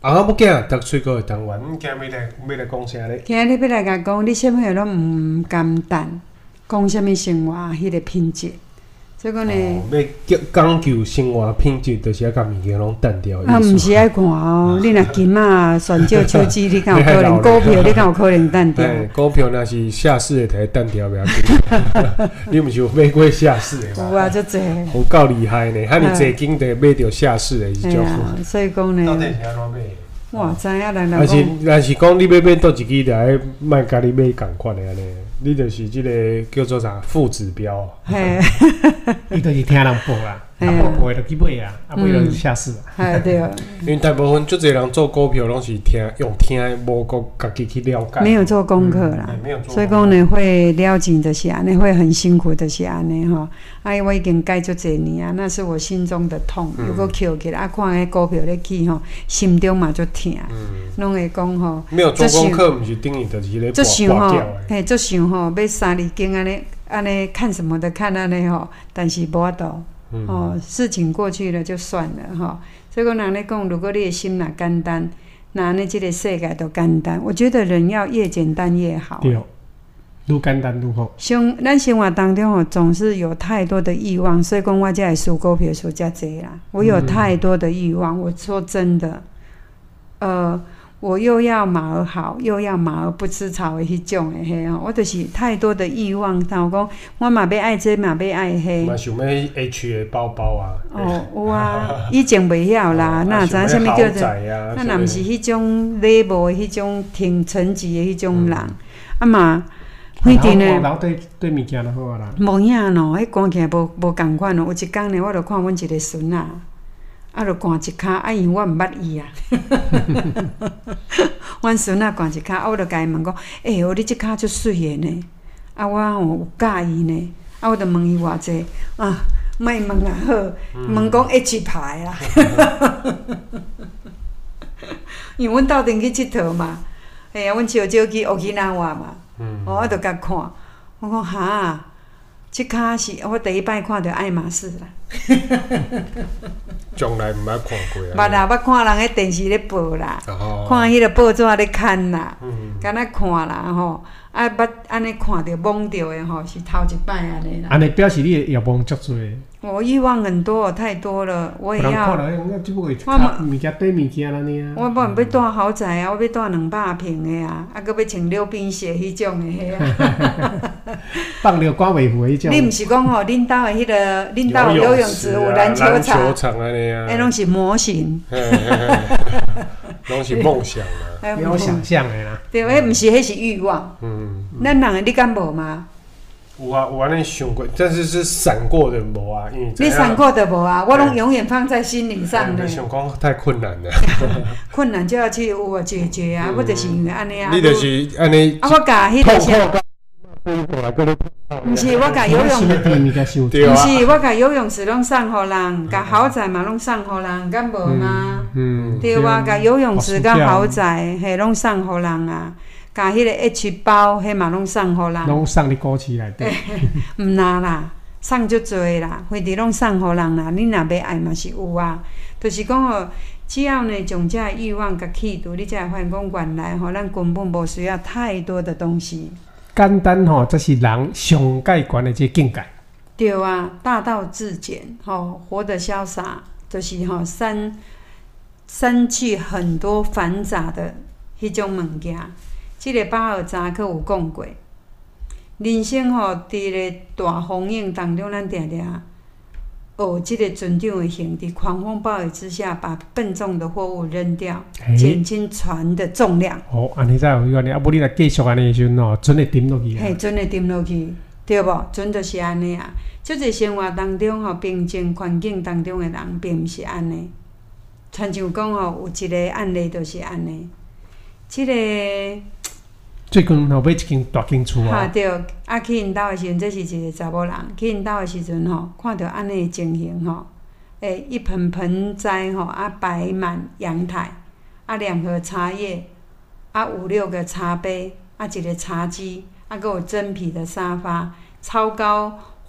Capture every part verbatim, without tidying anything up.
啊，我某囝读水果的单元，你今日要来要来讲啥咧？ 今日要来甲讲，你啥物拢毋甘淡，讲啥物生活迄个品质。所以讲呢， 哦、要讲究生活品质，就是要甲物件拢淡掉。 啊，毋是爱看哦，你若金啊、选少手机，你敢有可能？股票你敢有可能淡掉？ 股票若是下市的，才淡掉袂要紧。你毋是有买过下市的吗？ 有啊，足济。 有够厉害呢，遐尼济金的买着下市的，是种。 所以讲呢， 到底是安怎买？ 哇，知影人人讲。但是，但是讲你要买倒一支，就爱卖甲你买共款的安尼。你就是即个叫做啥副指标， 嘿，伊就是听人报啦，啊报就去买啊，啊买就下市啊。 哎对啊， 因为大部分足侪人做股票拢是听用听的，无个家己去了解。 没有做功课啦， 没有做。 所以讲呢，会了解就是安尼，会很辛苦的是安尼吼。啊，我已经改足侪年啊，那是我心中的痛。如果捡起来啊，看迄股票咧起吼，心中嘛足疼，拢会讲吼。 没有做功课，毋是等于就是咧挂掉的。 嘿，足想吼，要三二经安尼安尼看什么的看安尼吼，但是无法度。哦，事情过去了就算了吼。所以讲人咧讲，如果你的心若简单，那安尼即个世界都简单。我觉得人要越简单越好。 对，愈简单愈好。 像咱生活当中吼，总是有太多的欲望，所以讲我才会输股票输遮济啦。我有太多的欲望，我说真的，呃。我又要马儿好，又要马儿不吃草的迄种的嘿吼，我就是太多的欲望。然后讲，我嘛要爱这，嘛要爱迄。 嘛想要 H 的包包啊？ 哦，有啊，以前袂晓啦，哪知影啥物叫做？那若毋是迄种礼貌的迄种挺层级的迄种人，啊嘛， 反正呢，老对对物件就好啊啦。 无影咯，迄讲起来无无共款咯。有一工呢，我著看阮一个孙仔。啊，著寒一骹，啊，因为我毋捌伊啊。阮孙仔寒一骹，啊，我著甲伊问讲：哎、欸，哦，你即骹足水的呢？啊，我吼有介意呢。啊，我著问伊偌济啊，莫问啊好，问讲 H 牌啦。因为阮斗阵去佚佗嘛，哎呀，阮少少去乌吉那瓦嘛，哦，我著甲看，我讲哈。即骹是我第一摆看到爱马仕啦， 从来毋捌看过啊。 捌啦，捌看人喺电视咧报啦，哦、看迄个报纸咧看啦，敢若、嗯、看啦吼，啊捌安尼看到懵着的吼，是头一摆安尼啦。 安尼表示你欲望足多。 我欲望很多，太多了，我也要。 我物件对物件啦呢。 我无要住豪宅啊，我要住两百平的啊，啊，搁要穿溜冰鞋迄种的迄啊。 放尿赶袂赴迄种。 你毋是讲吼，恁兜的迄个，恁兜游泳池有篮球场， 篮球场安尼啊。 迄拢是模型。 拢是梦想啊。 有想象的啦。 对，迄毋是，迄是欲望。嗯。咱人你敢无吗？ 有啊，有安尼想过，但是是闪过的无啊，因为你闪过的无啊，我拢永远放在心理上的。 想讲太困难了， 困难就要去有啊解决啊，我就是因为安尼啊。 你就是安尼。 啊，我甲迄个啥？毋是，我甲游泳，毋是，我甲游泳池拢送互人，甲豪宅嘛拢送互人，敢无吗？嗯，对啊，甲游泳池甲豪宅，嘿，拢送互人啊。甲迄个 H 包，迄嘛拢送互人。 拢送伫股市内底。 毋拿啦，送足多啦，反正拢送互人啦。你若要爱嘛是有啊，就是讲吼，只要呢将这欲望甲去除，你才会发现讲原来吼，咱根本无需要太多的东西。 简单吼，这是人上界悬的这境界。 对啊，大道至简，吼，活得潇洒，就是吼删删去很多繁杂的迄种物件。即个巴尔扎克有讲过，人生吼，伫个大风影当中，咱定定学即个船长的行，伫狂风暴雨之下，把笨重的货物扔掉，减轻船的重量。 哦，安尼才有安尼，啊，无你若继续安尼的时阵吼，船会沉落去。 嘿，船会沉落去，对无？船就是安尼啊。即个生活当中吼，平静环境当中的人，并毋是安尼。亲像讲吼，有一个案例就是安尼，即、這个。 最近吼买一间大间厝啊！ 哈对，啊去因兜的时阵，这是一个查某人。去因兜的时阵吼，看到安尼的情形吼，诶，一盆盆栽吼，啊摆满阳台，啊两盒茶叶，啊五六个茶杯，啊一个茶几，啊搁有真皮的沙发，超高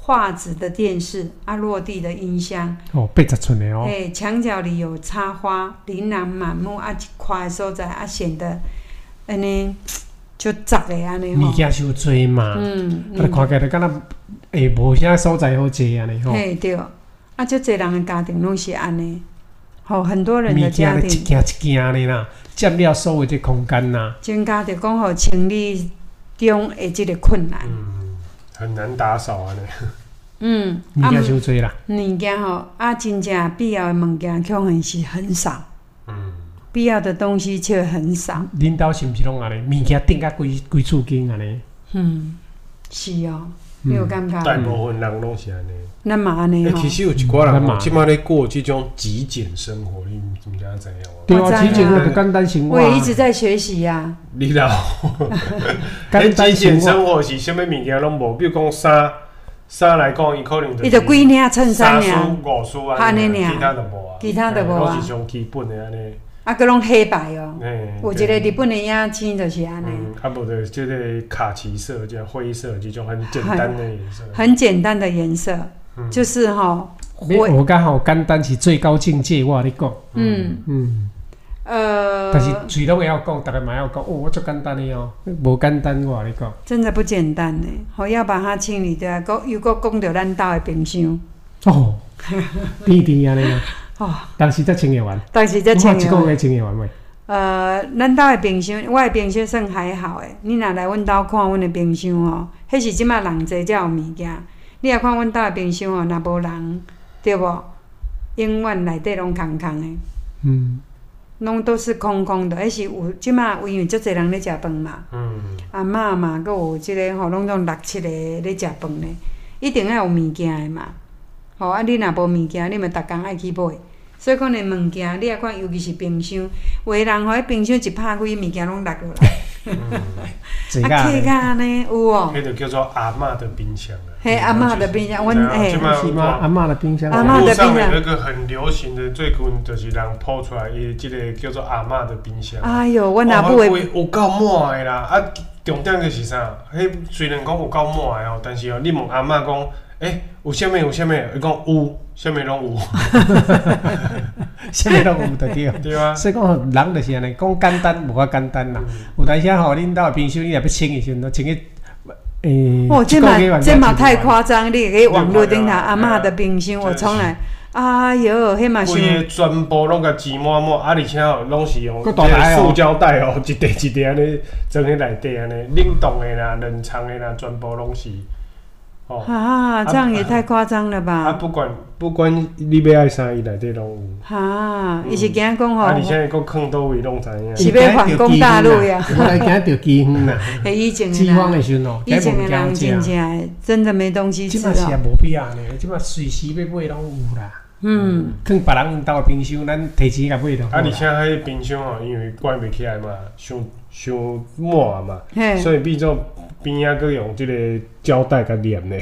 画质的电视，啊，落地的音箱。 哦，八十寸的哦。 嘿，墙角里有插花，琳琅满目，啊，一块的所在，啊，显得安尼就杂的安尼吼。 物件伤多嘛， 嗯， 啊，看起来就敢若诶无啥所在好坐安尼吼。 嘿，对，啊，足侪人的家庭拢是安尼，吼，很多人的物件家庭。 一件一件的啦，占了所有这空间啦。 增加着讲吼清理中的即个困难。 嗯，很难打扫啊呢。 嗯， 物件伤多啦。 物件吼啊，真正必要的物件可能是很少。 嗯， 必要的东西却很少。 恁兜是毋是拢安尼？物件顶甲规规厝间安尼？ 嗯，是哦，你有感觉？ 大部分人拢是安尼。 咱嘛安尼欸， 吼。 其实有一寡人吼，即摆咧过即种极简生活，你毋知影知影无？ 对啊， 我知啊极简的简单生活啊。 我也一直在学习呀。 你老， 简单极简生活。 生活是啥物物件拢无？比如讲衫，衫来讲，伊可能伊就几领衬衫三尔， 束五束安尼尔其他都无啊。 其他都无啊拢是上基本的安尼。 啊，佮拢黑白哦。 嘿有一个日本的影星就是安尼， 嗯，啊无就即个卡其色、即灰色这种很简单的颜色。 很简单的颜色， 嗯就是吼。 要学甲吼简单是最高境界，我跟你讲。 嗯嗯。 呃， 但是嘴拢会晓讲，逐个嘛要讲，哦，我足简单的哦，无简单我跟你讲。 真的不简单呢，吼要把它清理掉。搁又搁讲到咱家的冰箱， 哦，甜甜安尼啊。 哦， 当时才清理完。 但是才清理完。 一个月清理完未？ 呃，咱家的冰箱，我的冰箱算还好诶。你若来阮兜看阮的冰箱吼，迄是即马人侪才有物件。你若看阮兜的冰箱吼，若无人，对无？永远内底拢空空的。 嗯。 拢都是空空的，迄是有即马因为足侪人咧食饭嘛， 嗯， 阿嬷嘛，佮有即、這个吼，拢种六七个咧食饭咧，一定要有物件的嘛。吼啊，你若无物件，你嘛逐工爱去买。所以可能物件，你啊看，尤其是冰箱，有的人吼，迄冰箱一拍开，物件拢落落来。 嗯、 啊，客家呢有哦。 迄就叫做阿嬷的冰箱啊。 嘿，阿嬷的冰箱，阮嘿。 是吗？阿嬷的冰箱。 阿嬷的冰箱。 网络上有一个很流行的，最近就是人抛出来，伊即个叫做阿嬷的冰箱。 哎哟，阮阿母的有够满的啦！啊，重点就是啥？迄虽然讲有够满的哦，但是哦，你问阿嬷讲，诶、欸，有啥物有啥物？伊讲有，啥物拢有。 啥物拢有就对。 对啊。 所以讲，人就是安尼，讲简单无遐简单啦。嗯、有当时吼，恁兜的冰箱，你若要清的时阵，清去。诶、欸， 哦，这嘛这嘛太夸张！你可以网络顶头阿嬷的冰箱，我从来，哎哟，迄嘛是。 规个全部拢甲挤满满，啊，而且哦，拢是用这个塑胶袋哦，一袋一袋安尼装喺内底安尼，冷冻的啦、冷藏的啦，全部拢是。 哦、啊，这样也太夸张了吧！ 啊，不管不管你要爱啥，伊内底拢有。 哈，伊、嗯、是惊讲吼。 啊，而且伊讲囥倒位拢知影。 是要反攻大陆呀！ 我来惊着饥荒啦。 嘿，以前饥荒的时候， 以前的人真正真的没东西吃哦。即摆是也无必要呢，即摆随时要买拢有啦。嗯，囥别人兜的冰箱，咱提前甲买就好。 啊，而且迄冰箱哦，因为关袂起来嘛，伤伤满嘛，所以变做边仔佫用即个胶带甲黏咧。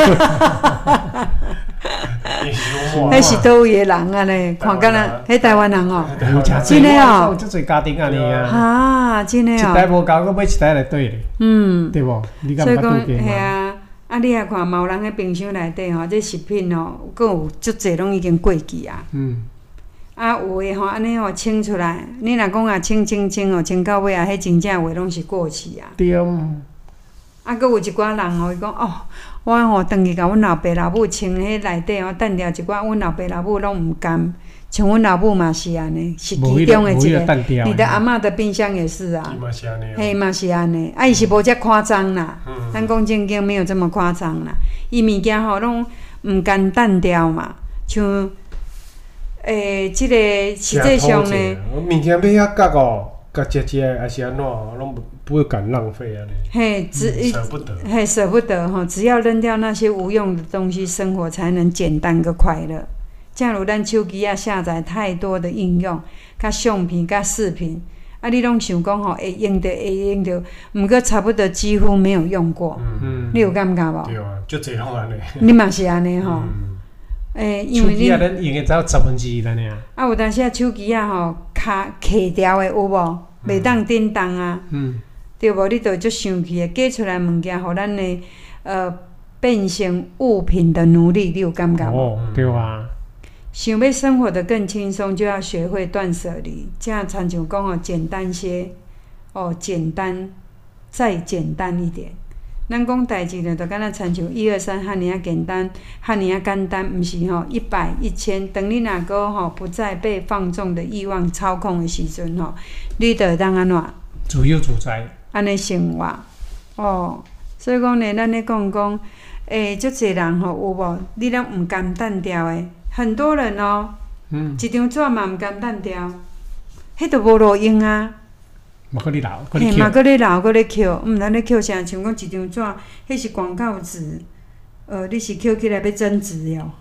迄是倒位的人啊咧，看敢若迄台湾人哦， 真的哦，足侪家庭安尼啊。 哈，真的哦。 一台无够，佫买一台来对咧。嗯，对无？你敢捌拄过吗？啊，你也看，嘛有人喺冰箱内底吼，这食品哦，佫有足侪拢已經過期啊。嗯。啊，有诶吼，安尼吼清出來，你若講啊清清清哦，清到尾啊，迄真正話攏是過期啊。 對。 啊，佫有一寡人吼，伊講哦，我吼轉去甲阮老爸老母清迄內底吼，等掉一寡阮老爸老母攏毋甘。像阮老母嘛是安尼，是其中的一个。你的阿嬷的冰箱也是啊。嘿，嘛是安尼，啊，伊是無遮誇張啦。咱講正經沒有這麼誇張啦。伊物件吼攏毋甘單調嘛，像誒，即個實際上呢。 物件要遐角哦，角折折還是安怎，攏不會敢浪費安尼。 嘿，只捨不得。 嘿，捨不得吼，只要扔掉那些無用的東西，生活才能簡單個快樂。正如咱手機啊下載太多的應用，甲相片、甲視頻，啊，你攏想講吼會用着會用着，毋過差不多幾乎沒有用過。嗯、你有感覺無？ 對啊，足濟攏安尼。 你嘛是安尼吼？誒、欸，因為你手機啊，咱用的只有十分之一安尼啊。 啊，有當時啊，手機啊吼，卡卡掉的有無？袂當震動啊。嗯。對無？你著足生氣的，寄出來物件，互咱的呃。 变成物品的奴隶，你有感觉无？ 哦，对啊。 想要生活得更轻松，就要学会断舍离。这样参像讲哦，简单些，哦，简单，再简单一点。咱讲代志呢，就敢若参像一二三，遐尼啊简单，遐尼啊简单，毋是吼一百一千。当你若个吼不再被放纵的欲望操控的时阵吼，你就会当安怎？ 自由自在。 安尼生活，哦，所以讲呢，咱咧讲讲，诶，足侪人吼有无？你拢毋甘单调的，很多人哦，嗯，一张纸嘛毋甘单调，迄都无路用啊。 嘛，搁咧留，搁嘿， 咧嘛，搁咧留，搁咧捡，毋知咧捡啥？像讲一张纸，迄是广告纸，呃，你是捡起来要增值哦。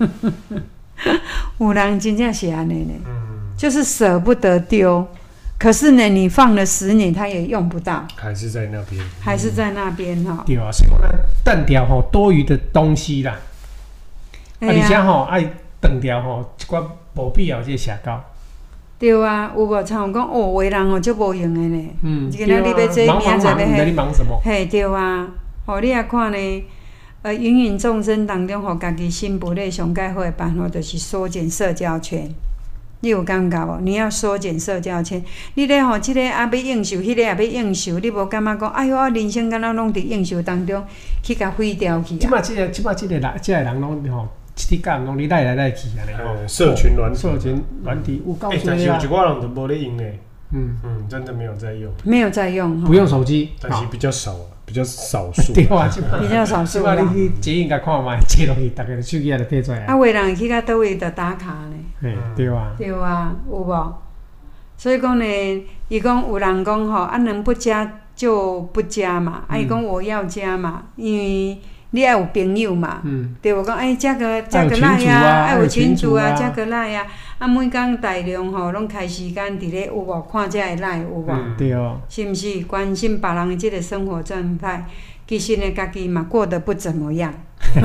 有人真正是安尼呢， 嗯， 就是舍不得丢，可是呢，你放了十年，它也用不到， 还是在那边， 还是在那边哈。 对啊，所以讲咱断掉吼多余的东西啦，啊，而且吼爱断掉吼一寡无必要这社交。 对啊，有无？像讲哦，有的人吼足无用的呢。 嗯， 今仔你要这， 忙明仔忙忙，你忙什么？ 嘿，对啊，吼，你也看呢，呃，芸芸众生当中，互家己心不累上介好的办法，就是缩减社交圈。你有感觉无？你要缩减社交圈。你咧吼，即、这个啊要应酬，迄、那个也要应酬，你无感觉讲，哎哟，我人生敢若拢伫应酬当中去甲毁掉去啊？ 即马即个即马即个人，即个人拢吼。一日干拢你来来来去安尼吼， 社群软体， 社群软体有够哎，但是有一寡人都无咧用诶， 嗯嗯，真的没有在用， 没有在用， 不用手机， 但是比较少，比较少数， 对啊， 比较少数啦。 即摆你去捷运甲看卖，坐落去，逐个手机也就摕出来。 啊，有的人去到倒位就打卡呢。 嘿，对啊。 对啊，有无？所以讲呢，伊讲有人讲吼，啊能不加就不加嘛，啊伊讲我要加嘛，因为。你爱有朋友嘛，嗯、对无？讲哎，加个加个赖啊，爱有群主啊，加个赖啊，啊每工大量吼，拢开时间伫咧有无看这个赖有无？ 嗯、对哦。 是毋是关心别人的即个生活状态？其实呢，家己嘛过得不怎么样。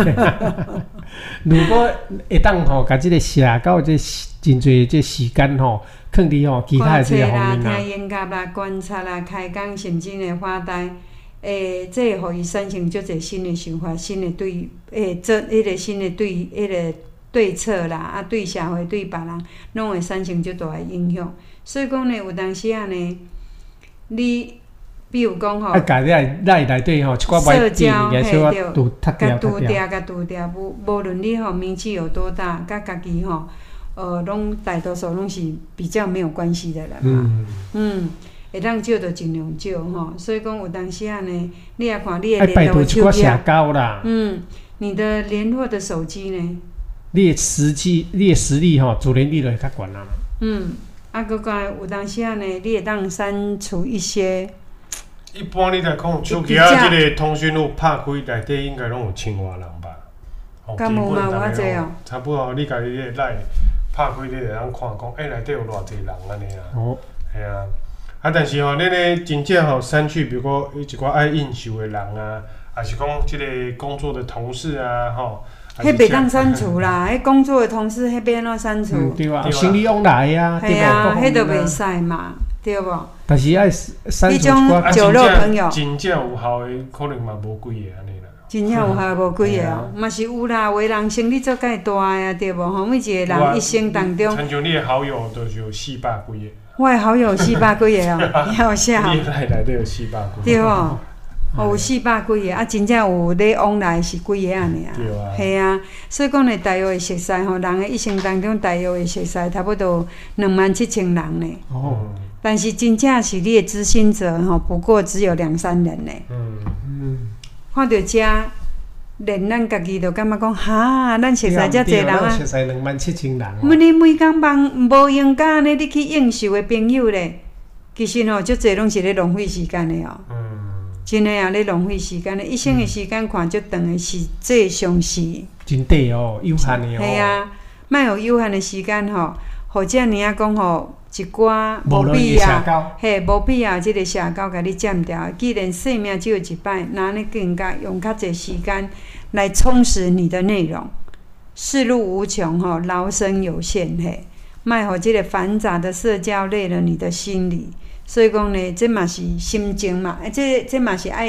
如果会当吼，甲即个社交这真侪这时间吼，放伫吼其他的这个方面啦，听音乐啦，观察啦，开讲甚至呢发呆。诶，这会互伊产生足侪新的想法、新的对诶，做迄个新的对迄个对策啦，啊，对社会、对别人，拢会产生足大的影响。所以讲呢，有当时啊呢，你比如讲吼， 啊，家己内内内底吼，一寡社交嘿对，拄甲拄掉、甲拄掉，无无论你吼名气有多大，甲家己吼，呃，拢大多数拢是比较没有关系的人嘛，嗯。嗯会当少就尽量少吼，所以讲有当时啊呢，你也看你的联络手机啊，嗯，你的联络的手机呢， 你的实际、你的实力吼，自然你就会较悬啦。 嗯，啊，佮个有当时啊呢，你会当删除一些。 一般你来讲，手机啊，这个通讯录拍开内底应该拢有千外人吧？ 敢有嘛？有啊济哦。 差不多，你家己个内拍开，你就通看讲，哎，内底有偌济人安尼啊？哦，系啊。啊，但是吼，恁咧真正吼删去，比如讲一寡爱应酬的人啊，还是讲即个工作的同事啊，吼。 迄袂当删除啦，迄工作的同事迄要安怎删除？ 对啊，生理往来啊， 对啊，迄都袂使嘛，对无？ 但是爱删除迄种酒肉朋友， 真正有效的可能嘛无几个安尼啦。 真正有效无几个哦，嘛是有啦，有的人生理做介大啊，对无？吼，每一个人一生当中， 亲像你的好友都是有四百几个。 我的好友四百几个哦，你好笑。 你内内底有四百几个。 对哦，哦有四百几个，啊真正有咧往来是几个安尼啊？ 对啊。 系啊，所以讲呢，大约的熟悉吼，人的一生当中大约的熟悉差不多两万七千人呢。哦。但是真正是你的知心者吼，不过只有两三人呢。嗯嗯。看到这。连咱家己就感觉讲，哈，咱熟悉遮济人啊！ 熟悉两万七千人。 每日每工忙无用甲安尼，你去应酬的朋友咧，其实吼，足济拢是咧浪费时间的哦。嗯。真诶啊，咧浪费时间的，一生的时间看足长的，实际上是。 真短哦，有限的哦。 系啊，莫有有限的时间吼，或者尔啊讲吼，一寡无必要，嘿，无必要即个社交甲你占掉。既然生命只有一摆，那你更加用较济时间来充实你的内容。世路无穷吼，劳生有限嘿，莫互即个繁杂的社交累了你的心理。所以讲呢，这嘛是心情嘛，这这嘛是爱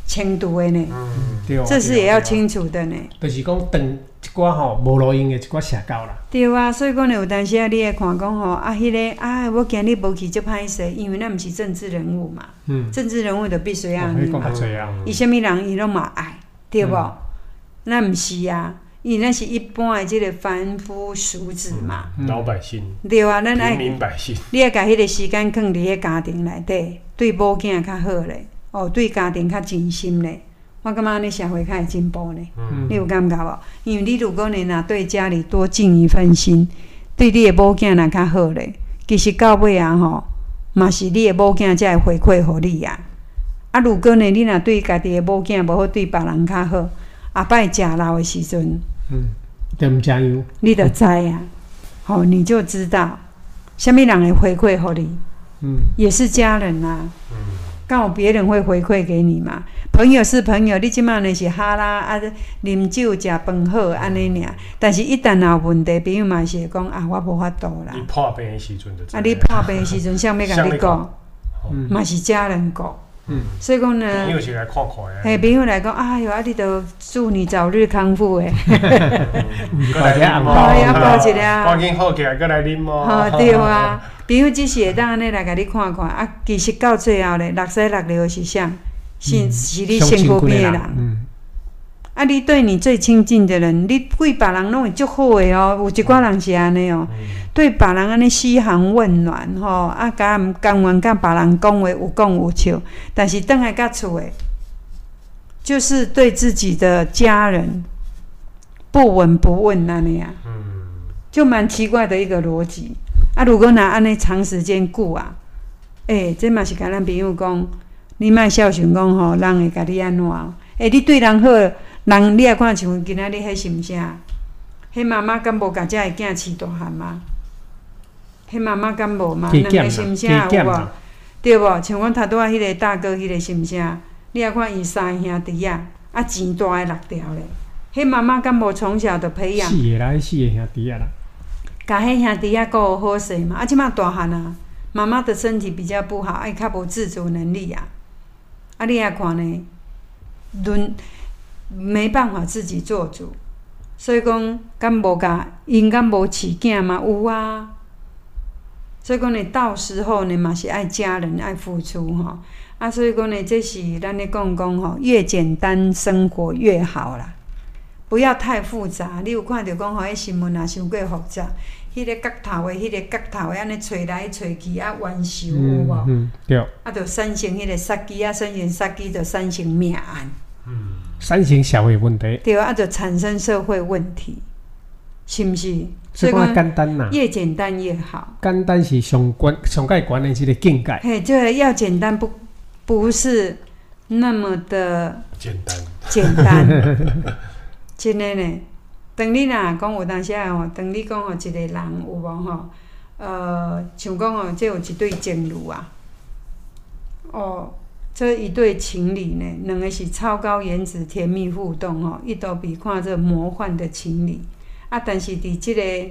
程度的呢。 嗯， 对， 这是也要清楚的呢。 就是讲长一寡吼无路用的一寡社交啦。 对啊，所以讲呢，有当时啊，你会看讲吼，啊，迄、那个啊，我今日无去就歹势，因为咱毋是政治人物嘛。 嗯。 政治人物就必须要安尼嘛。 讲较侪啊。 伊啥物人伊拢嘛爱，对无？咱毋、嗯、是啊，因为咱是一般的即个凡夫俗子嘛。 嗯、老百姓。 对啊，咱爱平民百姓。 你爱甲迄个时间放伫迄家庭内底，对某囝较好咧，哦，对家庭较尽心咧。我感觉安尼社会较会进步呢，嗯、你有感觉无？因为你如果呢，若对家里多尽一份心，对你的某囝若较好咧，其实到尾啊吼，嘛是你的某囝才会回馈互你啊。啊，如果呢，你若对家己的某囝无好，对别人较好，后摆食老的时阵， 嗯，就毋加油， 你就知啊，吼、哦，你就知道，啥物人会回馈互你，嗯，也是家人啊。嗯，刚好别人会回馈给你嘛。朋友是朋友，你即摆呢是哈啦啊，啉酒食饭好安尼尔。但是，一旦有问题，朋友嘛是会讲啊，我无法度啦。 你破病的时阵就。 啊，你破病的时阵，谁要甲你讲？嘛是家人讲。嗯。所以讲呢。 朋友是来看看的。 嘿，朋友来讲，哎哟，啊，你都祝你早日康复诶。 过来啉嘛。 哎呀，包一个。 赶紧好起来，过来啉嘛。 吼，对啊。朋友只是会当安尼来甲你看看，啊，其实到最后咧，六西六流是啥？是是你身躯边的人，嗯、啊！你对你最亲近的人，你对别人拢会足好的哦。有一寡人是安尼哦，嗯、对别人安尼嘘寒问暖吼，啊，甘甘愿甲别人讲话有讲有笑，但是倒来甲厝的，就是对自己的家人不闻不问安尼啊，嗯、就蛮奇怪的一个逻辑啊。如果若安尼长时间顾啊，诶、欸，这嘛是甲咱朋友讲。你莫孝顺讲吼，人会甲你安怎？诶、欸，你对人好，人你也看像今仔日迄是毋是啊？迄妈妈敢无甲遮个囝饲大汉嘛？迄妈妈敢无嘛？两个是毋是啊？有无？对无？像阮头拄仔迄个大哥，迄个是毋是啊？你也看伊三兄弟啊，啊钱大诶六条咧。迄妈妈敢无从小的培养？ 四个啦，四个兄弟啊啦。 甲迄兄弟啊顾好势嘛？啊，即摆大汉啊，妈妈的身体比较不好，哎，较无自主能力啊。啊，你也看呢，轮没办法自己做主，所以讲，敢无甲因敢无饲囝嘛？有啊。所以讲呢，到时候呢嘛是爱家人爱付出吼。啊，所以讲呢，这是咱咧讲讲吼，越简单生活越好啦，不要太复杂。你有看到讲吼，迄新闻也伤过复杂。迄个角头的，迄个角头的，安尼找来找去啊，冤仇有无？ 嗯嗯，对。 啊，就产生迄个杀机啊，产生杀机就产生命案。 嗯。产生社会问题。 对啊，就产生社会问题，是毋是？ 所以讲简单啦。 越简单越好。 简单是上关上界悬的一个境界。 嘿，这个要简单不不是那么的简单。 简单。真的呢。当你若讲有当时啊吼，当你讲吼一个人有无吼，呃，像讲吼，这有一对情侣啊，哦，这一对情侣呢，两个是超高颜值、甜蜜互动吼，伊都比看这魔幻的情侣啊，但是伫即、这个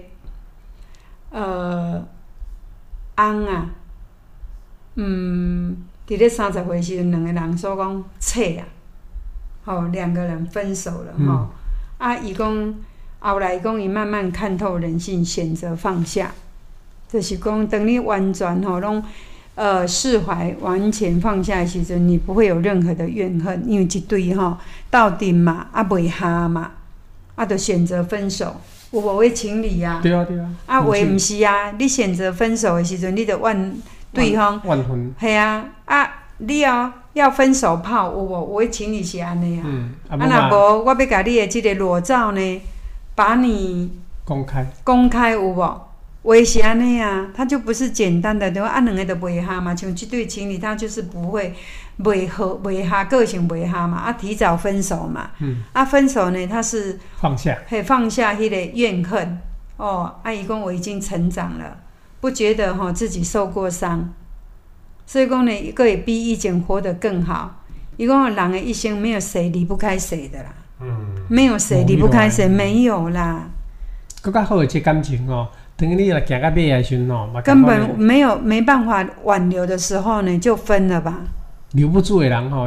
呃翁啊，嗯，伫咧三十岁时阵，两个人所讲册啊，吼、哦，两个人分手了吼、嗯，啊，伊讲。后来讲，伊慢慢看透人性，选择放下，就是讲，等你完全吼拢呃释怀，完全放下的时阵，你不会有任何的怨恨，因为一对吼斗阵嘛，啊袂合嘛，啊就选择分手，有无为情侣啊？ 对啊对啊。 啊为毋是啊，你选择分手的时阵，你就怨对方。 怨恨。 系啊，啊你哦要分手炮有无？有为情侣是安尼啊。嗯。啊若无，我要甲你的即个裸照呢？把你公开公开有无？为是安尼啊，他就不是简单的，对吧？啊，两个都袂合嘛，像这对情侣，他就是不会袂合，袂合个性袂合嘛，啊，提早分手嘛。嗯。啊，分手呢，他是放下， 嘿，放下迄个怨恨。哦，啊，伊讲我已经成长了，不觉得吼自己受过伤，所以讲呢，一个也比以前活得更好。伊讲人的一生没有谁离不开谁的啦。嗯，没有谁离不开谁，没有啦。 更较好的这感情哦，等于你来行到尾的时候哦， 根本没有没办法挽留的时候呢，就分了吧。 留不住的人哦，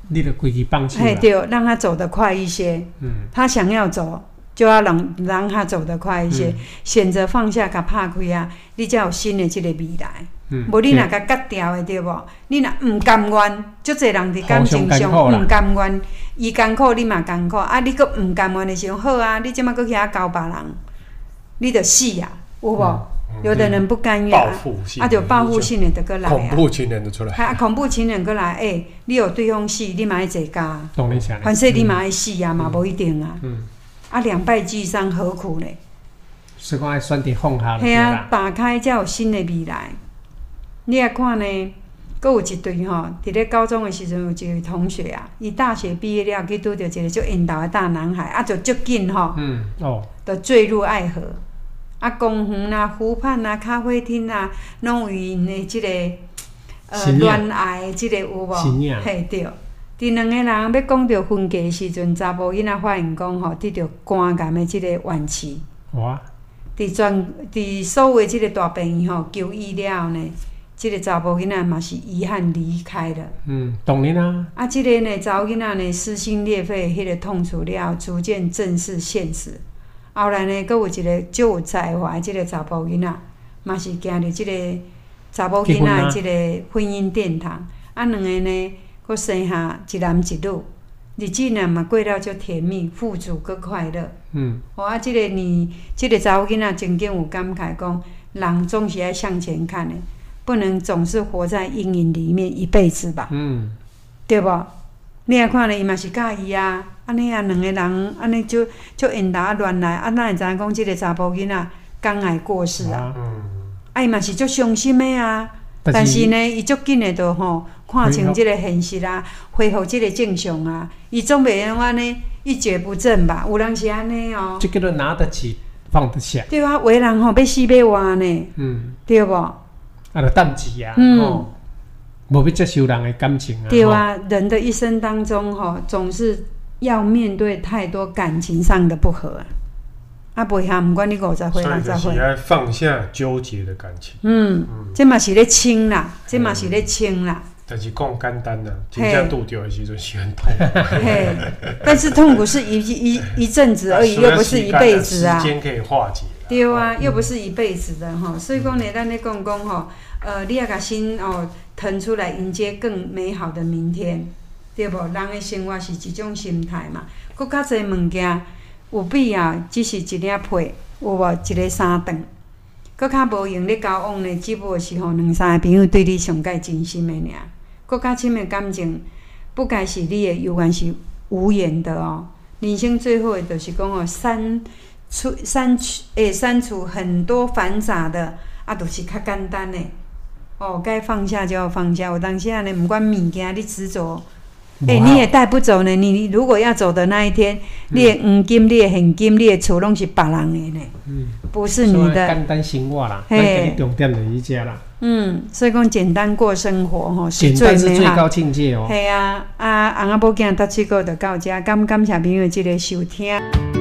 你就规矩放弃嘿， 了。 对，让他走得快一些。 嗯， 他想要走，就要让让他走得快一些， 嗯选择放下，甲拍开啊，你才有新的这个未来。 嗯， 无你若甲割掉的对无？你若唔甘愿，足侪人伫感情上互相艰苦啦唔甘愿，伊艰苦你嘛艰苦，啊，你佫唔甘愿的时候，好啊，你即马佫去遐交别人，你着死啊，有无？ 嗯有的人不甘愿报啊， 复性， 啊，就报复性的就佫来啊， 恐怖情人就出来。 啊，恐怖情人佫来，诶、欸，你有对方死，你嘛爱坐家， 懂你想。 反正你嘛爱死啊，嘛无一定啊。 嗯， 啊，两败俱伤，何苦呢？ 所以讲爱选择放下。 系啊，打开才有新的未来。你来看呢，阁有一对吼，伫咧高中的时阵有一位同学啊，伊大学毕业了，去拄着一个足缘投的大男孩，啊，就足紧吼， 嗯，哦， 就坠入爱河。啊，公园啦、湖畔啦、咖啡厅啦，拢有因的即、这个呃恋爱的即个有无？嘿，对。伫两个人要讲到分家的时阵，查某囡仔发现讲吼，得着肝癌的即个晚期。 哇！ 伫全伫所有的即个大病院吼求医了后呢，即、这个查某囡仔嘛是遗憾离开了。 嗯，当然啊。 啊，即、这个呢，查某囡仔呢撕心裂肺，迄个痛楚了后，逐渐正视现实。后来呢，阁有一个足有才华的即个查甫囡仔，嘛是行入即个查某囡仔的即个婚姻殿堂。啊，两个呢，阁生下一男一女，日子呢嘛过了足甜蜜、富足阁快乐。 嗯。 哦啊，即、个女，即、个查某囡仔曾经有感慨讲，人总是爱向前看的，不能总是活在阴影里面一辈子吧？ 嗯。 对无？你来看呢，伊嘛是介意啊。安尼啊，两个人安尼就就缘投啊恋爱，啊，咱会知影讲即个查甫囡仔肝癌过世啊，啊，伊嘛是足伤心的啊。但是呢，伊足紧的就吼看清即个现实啊，恢复即个正常啊。伊总袂用安尼一蹶不振吧？有人是安尼哦。 这叫做拿得起放得下。 对啊，有的人吼要死要活呢。嗯。对无？啊， 就淡志啊。 嗯。 哦，无要接受人的感情啊。 对啊，人的一生当中吼，总是要面对太多感情上的不和啊，啊，袂晓，毋管你五十岁、六十岁， 所以就是要放下纠结的感情。 嗯，嗯这嘛是咧清啦，这嘛是咧清啦。 但是讲简单啦，真正拄着的时阵是很痛。 嘿，但是痛苦是一一一阵子而已，又不是一辈子啊。 时间可以化解。 对啊，又不是一辈子的吼，所以讲呢，咱咧讲讲吼，呃，你要甲心哦腾出来，迎接更美好的明天。对无？人的生活是一种心态嘛。佫较侪物件有必要，只是一领被，有无？一个衫床。佫较无用咧交往呢，只不过是吼两三个朋友对你上介真心的尔。佫较深的感情，不该是你的，永远是无言的哦。人生最后的就是讲哦，删除删除诶，删除很多繁杂的，啊，就是较简单的。哦，该放下就要放下。有当时啊呢，毋管物件你执着。欸，你也带不走呢。你如果要走的那一天，嗯、你的黄金、你的现金、你的厝拢是别人的呢，嗯、不是你的。 简单生活啦，咱给你重点就伊遮啦。 嗯，所以讲简单过生活吼， 是最美好。简单是最高境界哦。 系啊，啊，翁仔某囝搭水果就到遮，感感谢朋友即个收听。